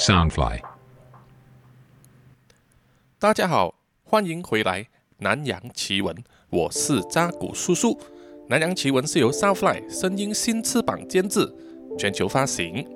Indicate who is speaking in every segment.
Speaker 1: Soundfly。
Speaker 2: 大家好，欢迎回来南洋奇闻，我是扎古叔叔。南洋奇闻是由 Soundfly 声音新翅膀监制，全球发行。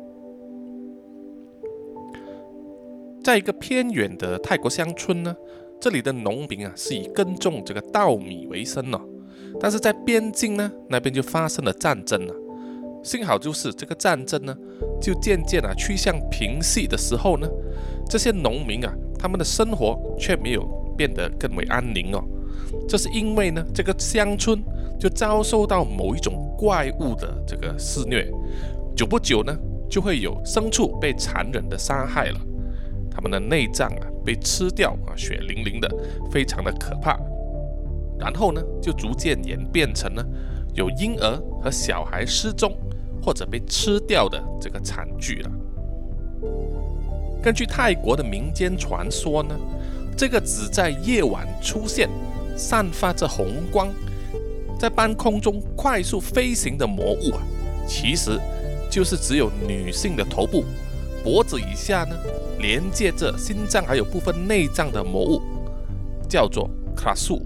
Speaker 2: 在一个偏远的泰国乡村呢，这里的农民是以耕种这个稻米为生哦。但是在边境呢，那边就发生了战争了。幸好就是这个战争呢，就渐渐趋向平息的时候呢，这些农民他们的生活却没有变得更为安宁哦。这是因为呢，这个乡村就遭受到某一种怪物的这个肆虐，久不久呢，就会有牲畜被残忍的杀害了，他们的内脏被吃掉血淋淋的，非常的可怕。然后呢，就逐渐演变成呢，有婴儿和小孩失踪或者被吃掉的这个惨剧了。根据泰国的民间传说呢，这个只在夜晚出现，散发着红光，在半空中快速飞行的魔物其实就是只有女性的头部、脖子以下呢，连接着心脏还有部分内脏的魔物，叫做卡素。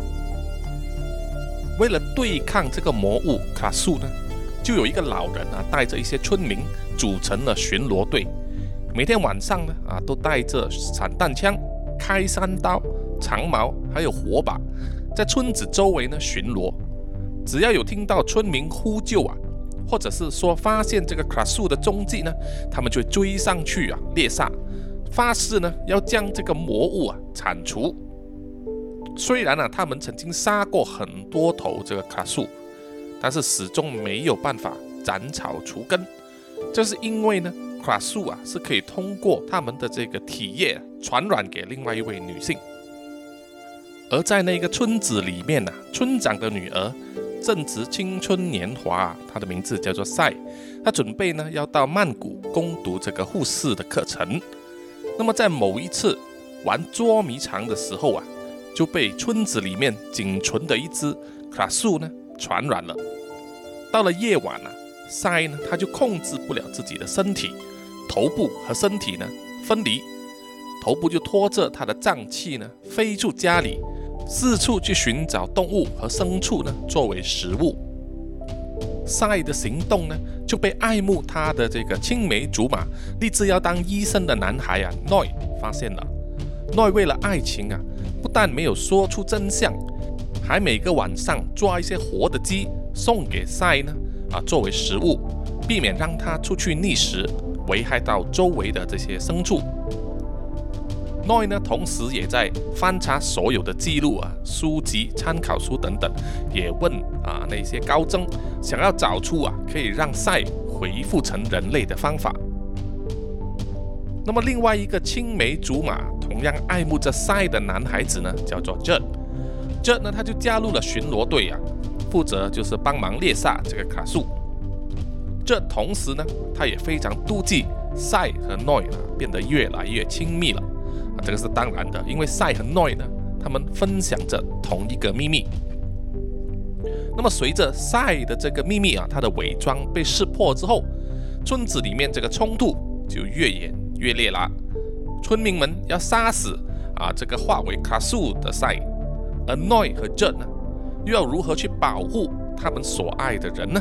Speaker 2: 为了对抗这个魔物卡素呢，就有一个老人带着一些村民组成了巡逻队，每天晚上呢都带着散弹枪、开山刀、长矛还有火把，在村子周围呢巡逻。只要有听到村民呼救或者是说发现这个卡素的踪迹呢，他们就会追上去猎杀，发誓呢要将这个魔物铲除。虽然他们曾经杀过很多头这个卡素，但是始终没有办法斩草除根。这是因为呢，卡素是可以通过他们的这个体液传染给另外一位女性。而在那个村子里面村长的女儿正值青春年华，她的名字叫做赛，她准备呢要到曼谷攻读这个护士的课程。那么在某一次玩捉迷藏的时候就被村子里面仅存的一只卡素呢传染了。到了夜晚赛呢他就控制不了自己的身体，头部和身体呢分离，头部就拖着他的脏器呢飞出家里，四处去寻找动物和牲畜呢作为食物。赛的行动呢就被爱慕他的这个青梅竹马、立志要当医生的男孩Noi 发现了。Noi 为了爱情不但没有说出真相，还每个晚上抓一些活的鸡送给赛呢作为食物，避免让他出去觅食，危害到周围的这些牲畜。Noi 呢同时也在翻查所有的记录书籍、参考书等等，也问那些高僧，想要找出可以让赛恢复成人类的方法。那么另外一个青梅竹马同样爱慕着赛的男孩子呢，叫做 Judd 呢他就加入了巡逻队负责就是帮忙猎杀这个卡素。Judd同时呢他也非常妒忌赛和 Noi 变得越来越亲密了这个是当然的，因为赛和 Noi 呢他们分享着同一个秘密。那么随着赛的这个秘密他的伪装被识破之后，村子里面这个冲突就越演越烈啦。村民们要杀死这个化为卡素的赛，而 Noi 和 Judd 呢又要如何去保护他们所爱的人呢？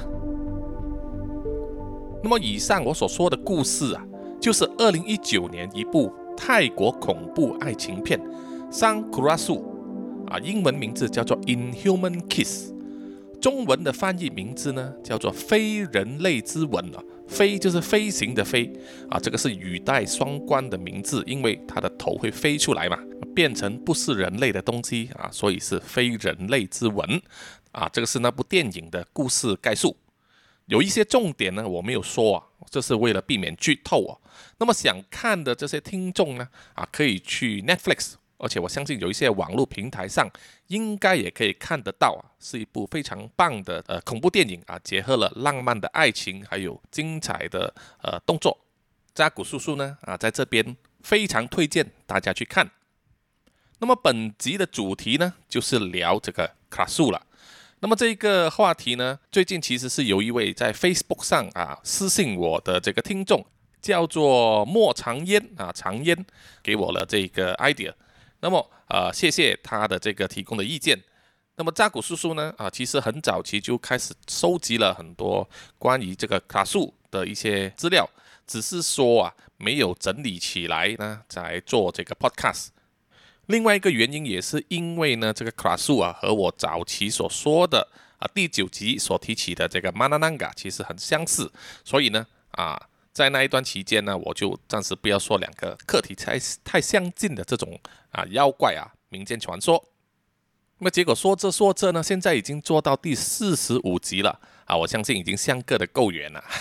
Speaker 2: 那么以上我所说的故事就是2019年一部泰国恐怖爱情片Sang Kurasu英文名字叫做 Inhuman Kiss， 中文的翻译名字呢叫做非人类之吻飞就是飞行的飞这个是语带双关的名字，因为它的头会飞出来嘛，变成不是人类的东西所以是非人类之吻这个是那部电影的故事概述。有一些重点呢我没有说这是为了避免剧透那么想看的这些听众呢可以去 Netflix， 而且我相信有一些网络平台上应该也可以看得到是一部非常棒的恐怖电影结合了浪漫的爱情还有精彩的动作。扎古叔叔呢在这边非常推荐大家去看。那么本集的主题呢就是聊这个卡素了。那么这个话题呢，最近其实是有一位在 Facebook 上私信我的这个听众叫做莫长烟啊，长烟给我了这个 idea。那么谢谢他的这个提供的意见。那么扎古叔叔呢其实很早期就开始收集了很多关于这个卡数的一些资料，只是说没有整理起来呢，在做这个 podcast。另外一个原因也是因为呢，这个卡数和我早期所说的第9集所提起的这个 Mananangka 其实很相似，所以呢在那一段期间呢，我就暂时不要说两个课题太相近的这种妖怪民间传说。那么结果说着呢，现在已经做到第45集了我相信已经相隔的够远了。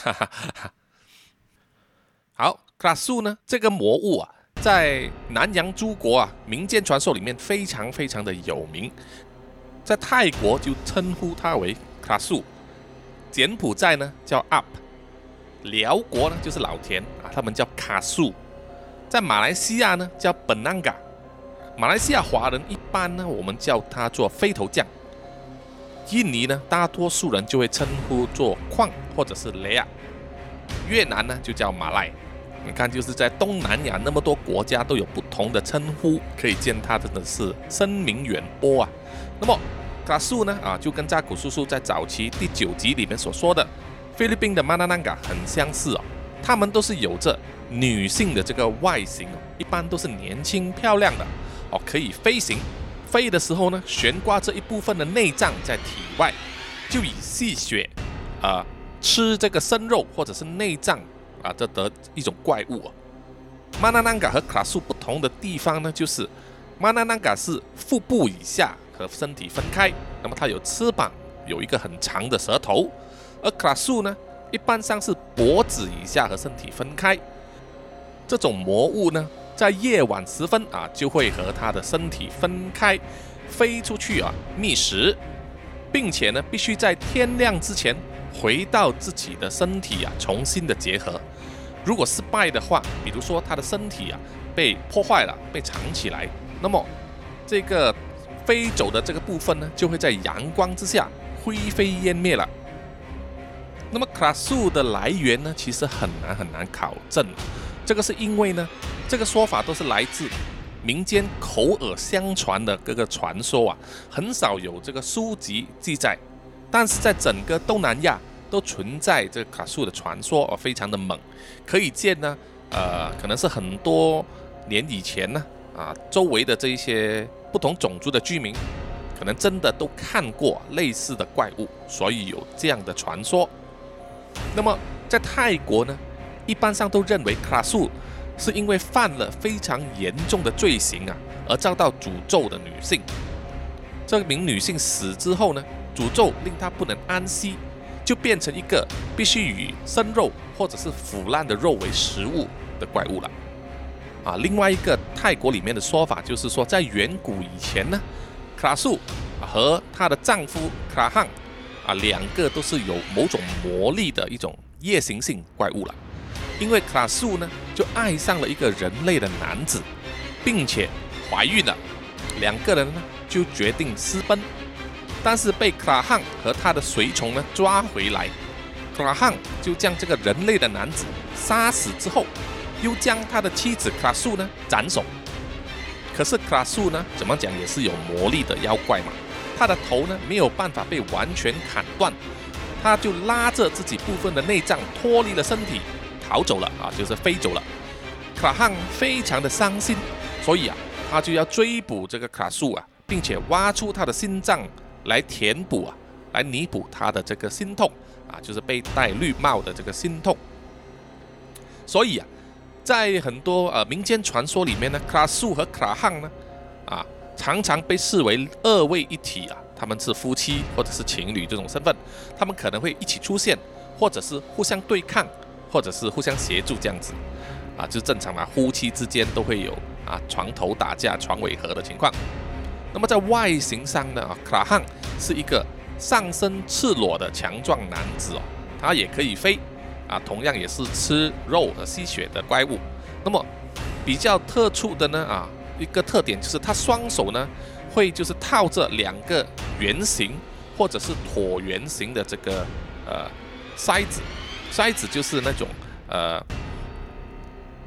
Speaker 2: 好，卡数呢这个魔物在南洋诸国民间传说里面非常非常的有名，在泰国就称呼它为卡数，柬埔寨呢叫 up， 辽国呢就是老田他们叫卡数，在马来西亚呢叫本南嘎，马来西亚华人一般呢我们叫它做飞头降，印尼呢大多数人就会称呼做矿或者是雷亚，越南呢就叫马赖。你看，就是在东南亚那么多国家都有不同的称呼，可以见它真的是声名远播那么卡数呢就跟扎古叔叔在早期第9集里面所说的菲律宾的 Mananangka 很相似他们都是有着女性的这个外形一般都是年轻漂亮的可以飞行，飞的时候呢悬挂着一部分的内脏在体外，就以吸血吃这个生肉或者是内脏这得一种怪物Mananangka 和卡数不同的地方呢，就是 Mananangka 是腹部以下和身体分开，那么它有翅膀，有一个很长的舌头，而卡数呢一般上是脖子以下和身体分开。这种魔物呢在夜晚时分就会和它的身体分开飞出去觅食，并且呢必须在天亮之前回到自己的身体重新的结合。如果失败的话，比如说他的身体被破坏了，被藏起来，那么这个飞走的这个部分呢，就会在阳光之下灰飞烟灭了。那么卡数的来源呢，其实很难考证。这个是因为呢，这个说法都是来自民间口耳相传的各个传说很少有这个书籍记载。但是在整个东南亚都存在这个卡数的传说非常的猛，可以见呢，可能是很多年以前呢，周围的这一些不同种族的居民，可能真的都看过类似的怪物，所以有这样的传说。那么在泰国呢，一般上都认为卡数是因为犯了非常严重的罪行而遭到诅咒的女性。这名女性死之后呢，诅咒令她不能安息，就变成一个必须以生肉或者是腐烂的肉为食物的怪物了。另外一个泰国里面的说法就是说，在远古以前呢，卡数和她的丈夫卡汉两个都是有某种魔力的一种夜行性怪物了。因为卡数呢就爱上了一个人类的男子，并且怀孕了，两个人呢就决定私奔。但是被卡汉和他的随从呢抓回来，卡汉就将这个人类的男子杀死之后，又将他的妻子卡数呢斩首。可是卡数呢怎么讲也是有魔力的妖怪嘛，他的头呢没有办法被完全砍断，他就拉着自己部分的内脏脱离了身体逃走了就是飞走了。卡汉非常的伤心，所以他就要追捕这个卡数并且挖出他的心脏来填补来弥补他的这个心痛就是被戴绿帽的这个心痛。所以在很多民间传说里面呢，卡数和卡汉呢常常被视为二位一体他们是夫妻或者是情侣这种身份，他们可能会一起出现，或者是互相对抗，或者是互相协助这样子就正常夫妻之间都会有床头打架床尾和的情况。那么在外形上呢卡汉是一个上身赤裸的强壮男子他也可以飞同样也是吃肉和吸血的怪物。那么比较特殊的呢一个特点就是他双手呢会就是套着两个圆形或者是椭圆形的这个筛子就是那种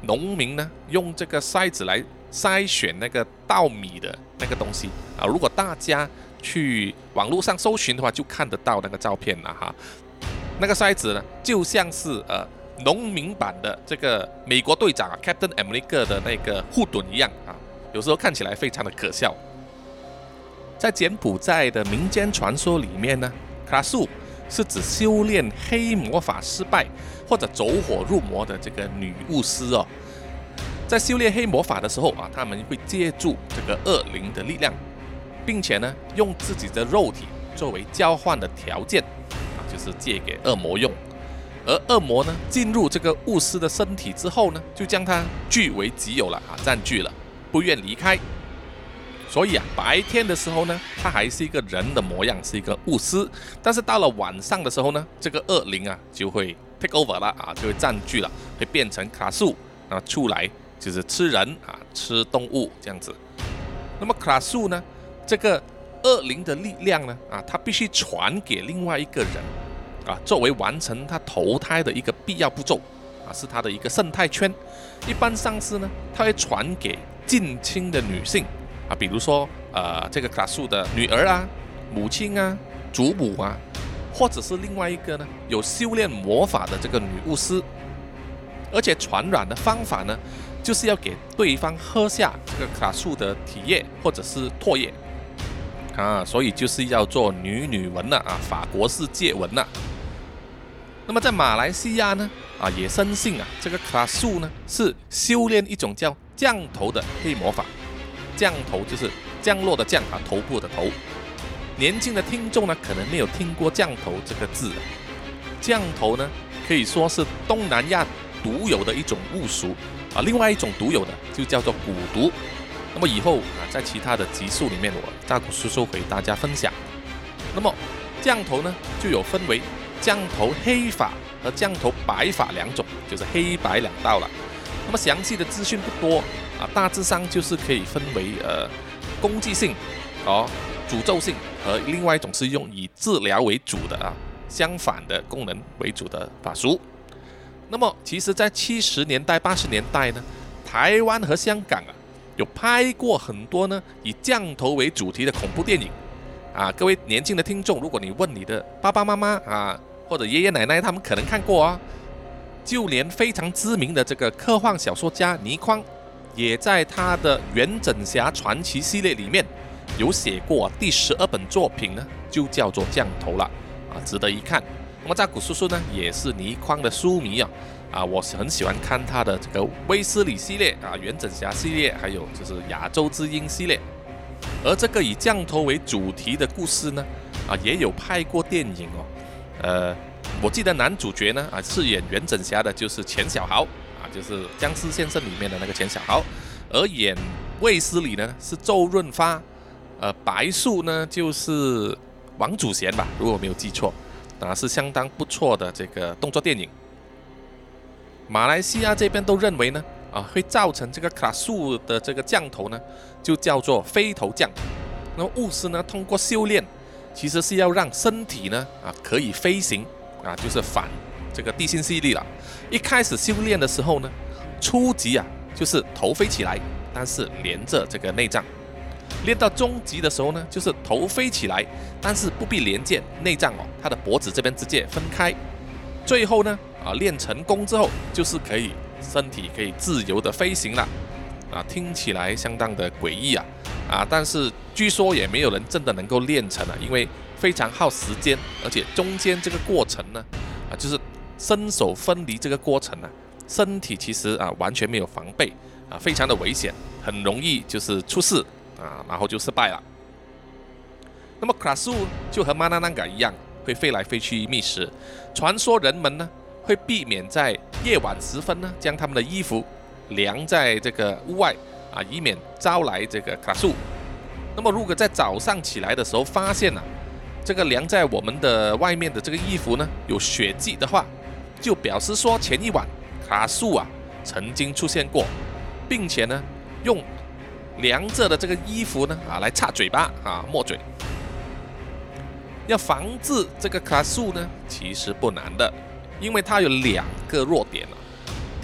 Speaker 2: 农民呢用这个筛子来筛选那个稻米的那个东西啊。如果大家去网络上搜寻的话，就看得到那个照片了哈。那个筛子呢，就像是农民版的这个美国队长Captain America 的那个护盾一样啊，有时候看起来非常的可笑。在柬埔寨的民间传说里面呢，卡素是指修炼黑魔法失败或者走火入魔的这个女巫师哦。在修炼黑魔法的时候啊，他们会借助这个恶灵的力量，并且呢用自己的肉体作为交换的条件啊，就是借给恶魔用。而恶魔呢进入这个巫师的身体之后呢，就将它据为己有了啊，占据了，不愿离开。所以啊，白天的时候呢，他还是一个人的模样，是一个巫师。但是到了晚上的时候呢，这个恶灵啊就会 take over 了啊，就会占据了，会变成卡素啊，出来就是吃人啊，吃动物这样子。那么卡素呢，这个恶灵的力量呢啊，它必须传给另外一个人啊，作为完成他投胎的一个必要步骤啊，是他的一个生态圈。一般上是呢，他会传给近亲的女性。啊，比如说这个卡素的女儿啊、母亲啊、祖母啊，或者是另外一个呢有修炼魔法的这个女巫师，而且传染的方法呢，就是要给对方喝下这个卡素的体液或者是唾液啊，所以就是要做女文了啊，法国式接吻了。那么在马来西亚呢啊，也深信啊，这个卡素呢是修炼一种叫降头的黑魔法。降头就是降落的降啊，头部的头。年轻的听众呢，可能没有听过降头这个字。降头呢，可以说是东南亚独有的一种巫术啊。另外一种独有的就叫做蛊毒。那么以后啊，在其他的集数里面，我大古叔叔会大家分享。那么降头呢，就有分为降头黑法和降头白法两种，就是黑白两道了。那么详细的资讯不多啊，大致上就是可以分为攻击性、诅咒性和另外一种是用以治疗为主的啊，相反的功能为主的法术。那么其实在70年代、80年代呢，台湾和香港啊有拍过很多呢以降头为主题的恐怖电影啊。各位年轻的听众，如果你问你的爸爸妈妈啊或者爷爷奶奶，他们可能看过啊。就连非常知名的这个科幻小说家倪匡，也在他的《原整侠传奇》系列里面有写过第12本作品呢，就叫做降头了啊，值得一看。那么扎古叔叔呢，也是倪匡的书迷啊，我很喜欢看他的这个威斯理系列啊、原整侠系列，还有就是亚洲之鹰系列。而这个以降头为主题的故事呢，啊，也有拍过电影哦，我记得男主角呢饰演原整侠的就是钱小豪啊，就是僵尸先生里面的那个钱小豪，而演卫斯理呢是周润发，白素呢就是王祖贤吧，如果我没有记错啊，是相当不错的这个动作电影。马来西亚这边都认为呢会造成这个卡素的这个降头呢，就叫做飞头降。那么巫师呢通过修炼，其实是要让身体呢可以飞行。啊，就是反这个地心吸力了。一开始修炼的时候呢，初级就是头飞起来，但是连着这个内脏；练到中级的时候呢，就是头飞起来，但是不必连接内脏它的脖子这边直接分开。最后呢，练成功之后，就是可以身体可以自由的飞行了。啊，听起来相当的诡异但是据说也没有人真的能够练成因为非常耗时间，而且中间这个过程呢，就是身手分离这个过程身体其实完全没有防备非常的危险，很容易就是出事然后就失败了。那么卡素就和马纳南嘎一样，会飞来飞去觅食。传说人们呢会避免在夜晚时分呢将他们的衣服晾在这个屋外以免招来这个卡素。那么如果在早上起来的时候发现这个晾在我们的外面的这个衣服呢有血迹的话，就表示说前一晚卡素曾经出现过，并且呢用晾着的这个衣服呢来擦嘴巴抹嘴。要防治这个卡素呢其实不难的，因为它有2个弱点。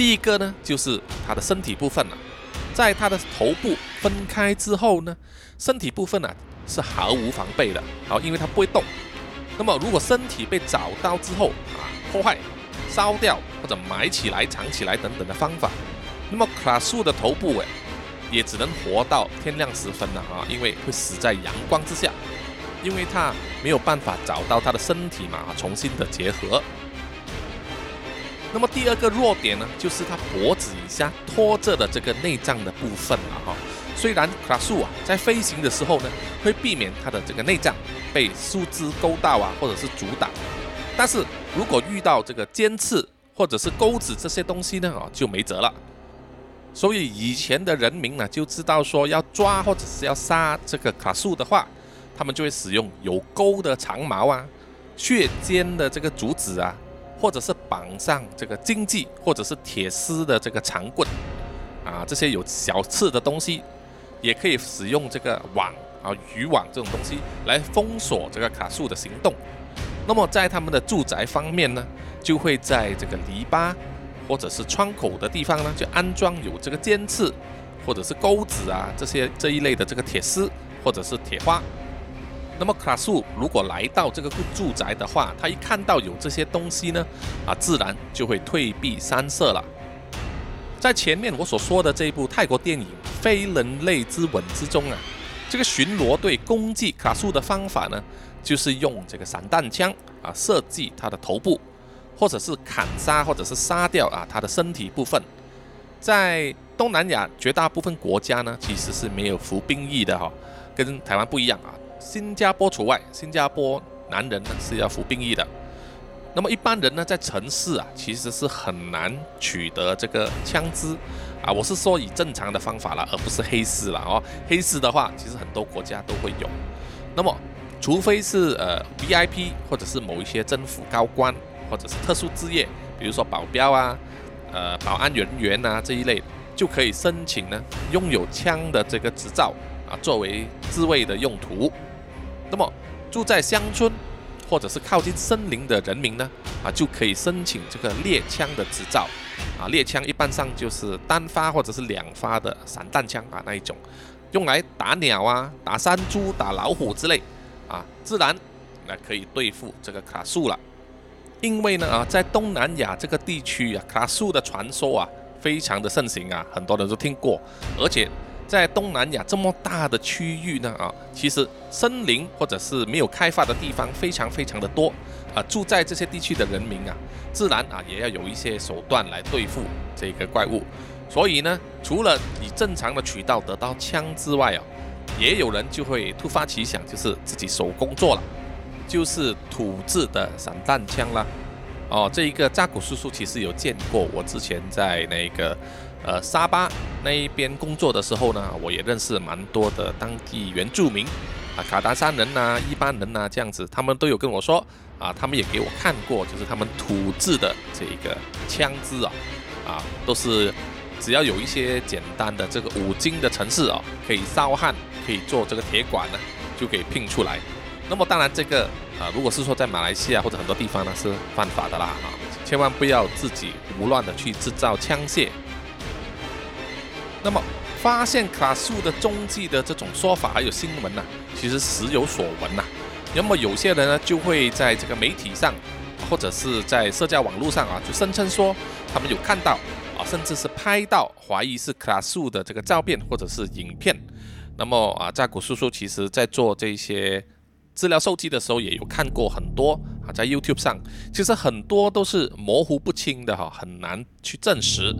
Speaker 2: 第一个呢，就是它的身体部分了。在它的头部分开之后呢，身体部分是毫无防备的，因为它不会动。那么如果身体被找到之后破坏、烧掉或者埋起来、藏起来等等的方法，那么卡素的头部也只能活到天亮时分了因为会死在阳光之下，因为它没有办法找到它的身体重新的结合。那么第二个弱点呢，就是它脖子以下拖着的这个内脏的部分虽然卡素在飞行的时候呢，会避免它的这个内脏被树枝勾到或者是阻挡，但是如果遇到这个尖刺或者是钩子这些东西呢就没辙了。所以以前的人民呢就知道说，要抓或者是要杀这个卡素的话，他们就会使用有钩的长矛削尖的这个竹子或者是绑上这个荆棘或者是铁丝的这个长棍这些有小刺的东西，也可以使用这个网渔网这种东西来封锁这个卡素的行动。那么在他们的住宅方面呢，就会在这个篱笆或者是窗口的地方呢，就安装有这个尖刺或者是钩子这一类的这个铁丝或者是铁花。那么卡素如果来到这个住宅的话，他一看到有这些东西呢自然就会退避三舍了。在前面我所说的这一部泰国电影《非人类之吻》之中这个巡逻队攻击卡素的方法呢，就是用这个散弹枪射击他的头部，或者是砍杀或者是杀掉他的身体部分。在东南亚绝大部分国家呢，其实是没有服兵役的跟台湾不一样新加坡除外，新加坡男人呢是要服兵役的。那么一般人呢，在城市其实是很难取得这个枪支我是说以正常的方法而不是黑市了黑市的话，其实很多国家都会有。那么除非是VIP 或者是某一些政府高官或者是特殊职业，比如说保镖保安人员这一类，就可以申请呢拥有枪的这个执照作为自卫的用途。那么住在乡村或者是靠近森林的人民呢就可以申请这个猎枪的执照猎枪一般上就是单发或者是2发的散弹枪那一种，用来打鸟打山猪、打老虎之类自然可以对付这个卡素了。因为呢在东南亚这个地区卡素的传说非常的盛行很多人都听过，而且在东南亚这么大的区域呢其实森林或者是没有开发的地方非常非常的多住在这些地区的人民自然也要有一些手段来对付这个怪物。所以呢，除了以正常的渠道得到枪之外也有人就会突发奇想，就是自己手工做了，就是土制的散弹枪啦。这一个扎古叔叔其实有见过，我之前在那个沙巴那一边工作的时候呢，我也认识蛮多的当地原住民卡达山人伊班人这样子，他们都有跟我说他们也给我看过，就是他们土制的这个枪支都是只要有一些简单的这个5金的程式可以烧焊，可以做这个铁管呢，就可以拼出来。那么当然这个如果是说在马来西亚或者很多地方呢是犯法的啦千万不要自己胡乱的去制造枪械。那么发现卡素的踪迹的这种说法还有新闻其实时有所闻那么有些人呢就会在这个媒体上或者是在社交网络上就声称说他们有看到甚至是拍到怀疑是卡素的这个照片或者是影片。那么扎古叔叔其实在做这些资料收集的时候也有看过很多在 YouTube 上，其实很多都是模糊不清的很难去证实。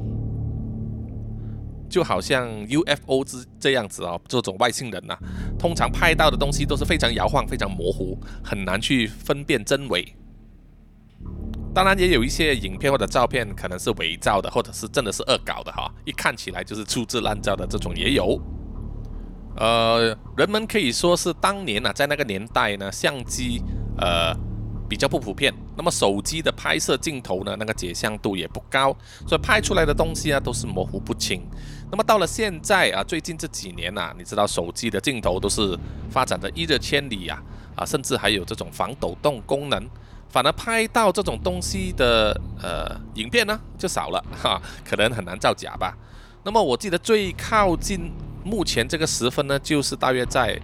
Speaker 2: 就好像 UFO 这样子这种外星人通常拍到的东西都是非常摇晃、非常模糊，很难去分辨真伪。当然也有一些影片或者照片可能是伪造的，或者是真的是恶搞的一看起来就是粗制滥造的，这种也有。人们可以说是当年在那个年代呢，相机比较不普遍，那么手机的拍摄镜头呢，那个解像度也不高，所以拍出来的东西都是模糊不清。那么到了现在最近这几年你知道手机的镜头都是发展的一日千里甚至还有这种防抖动功能反而拍到这种东西的影片呢就少了可能很难造假吧。那么我记得最靠近目前这个时分呢，就是大约在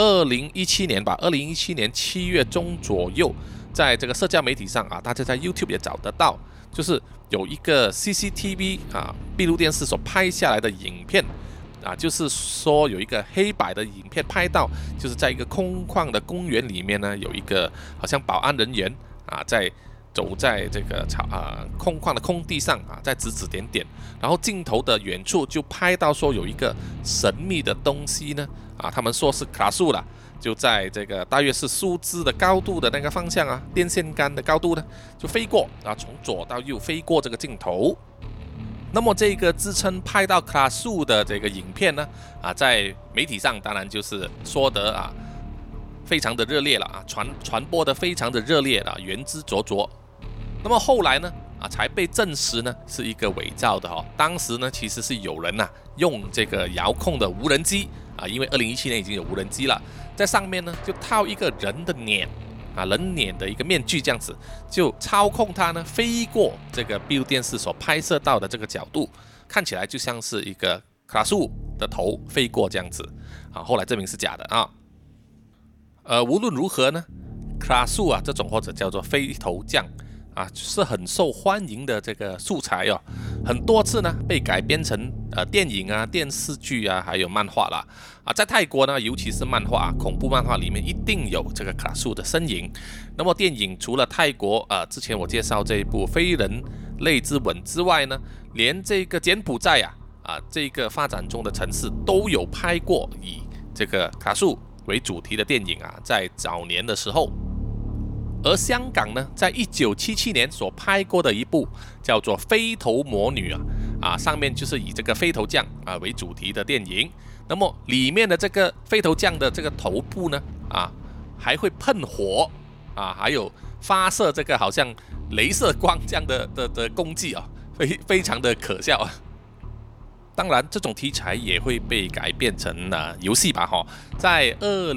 Speaker 2: 2017年吧，2017年7月中左右，在这个社交媒体上大家在 YouTube 也找得到，就是有一个 CCTV 闭路电视所拍下来的影片就是说有一个黑白的影片拍到，就是在一个空旷的公园里面呢，有一个好像保安人员在走在这个空旷的空地上在指指点点，然后镜头的远处就拍到说有一个神秘的东西呢他们说是卡树啦，就在这个大约是树枝的高度的那个方向电线杆的高度呢就飞过从左到右飞过这个镜头。那么这个自称拍到卡树的这个影片呢在媒体上当然就是说得非常的热烈了传播的非常的热烈了，言之灼灼。那么后来呢才被证实呢是一个伪造的当时呢其实是有人用这个遥控的无人机因为2017年已经有无人机了，在上面呢就套一个人的脸人脸的一个面具，这样子就操控它呢飞过这个闭路电视所拍摄到的这个角度，看起来就像是一个卡树的头飞过这样子后来证明是假的无论如何呢，卡树这种或者叫做飞头降是很受欢迎的这个素材很多次呢被改编成电影电视剧还有漫画啦在泰国呢，尤其是漫画恐怖漫画里面一定有这个卡树的身影。那么电影除了泰国之前我介绍这一部《非人类之吻》之外呢，连这个柬埔寨这个发展中的城市都有拍过以这个卡树为主题的电影在早年的时候。而香港呢，在1977年所拍过的一部叫做《飞头魔女》上面就是以这个飞头降为主题的电影。那么里面的这个飞头降的这个头部呢还会喷火还有发射这个好像雷射光这样的功绩非常的可笑当然这种题材也会被改变成游戏吧在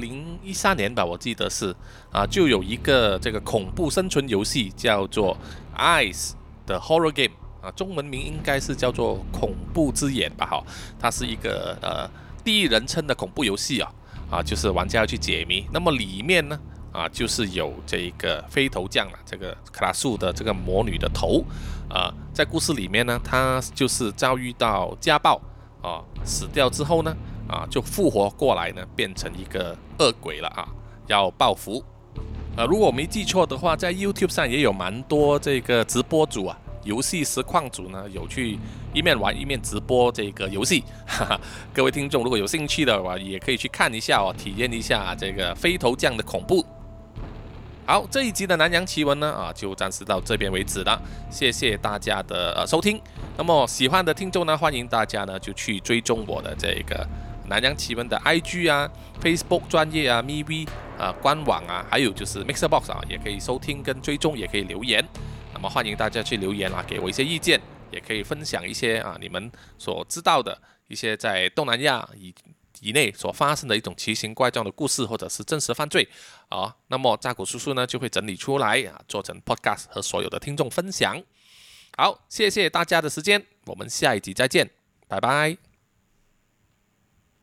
Speaker 2: 2013年吧，我记得是就有一个这个恐怖生存游戏叫做 Eyes 的 Horror Game 中文名应该是叫做恐怖之眼吧它是一个第一人称的恐怖游戏就是玩家要去解谜。那么里面呢就是有这个飞头降这个卡树的这个魔女的头在故事里面呢，她就是遭遇到家暴死掉之后呢就复活过来呢，变成一个恶鬼了要报复。如果我没记错的话，在 YouTube 上也有蛮多这个直播主游戏实况组呢有去一面玩一面直播这个游戏各位听众如果有兴趣的话，也可以去看一下体验一下这个飞头降的恐怖。好，这一集的南洋奇闻呢就暂时到这边为止了，谢谢大家的收听。那么喜欢的听众呢，欢迎大家呢就去追踪我的这个南洋奇闻的 IG Facebook 专页MeWe官网还有就是 Mixerbox 也可以收听跟追踪，也可以留言。那么欢迎大家去留言给我一些意见，也可以分享一些你们所知道的一些在东南亚以内所发生的一种奇形怪状的故事，或者是真实犯罪那么扎古叔叔呢就会整理出来做成 podcast 和所有的听众分享。好，谢谢大家的时间，我们下一集再见，拜拜。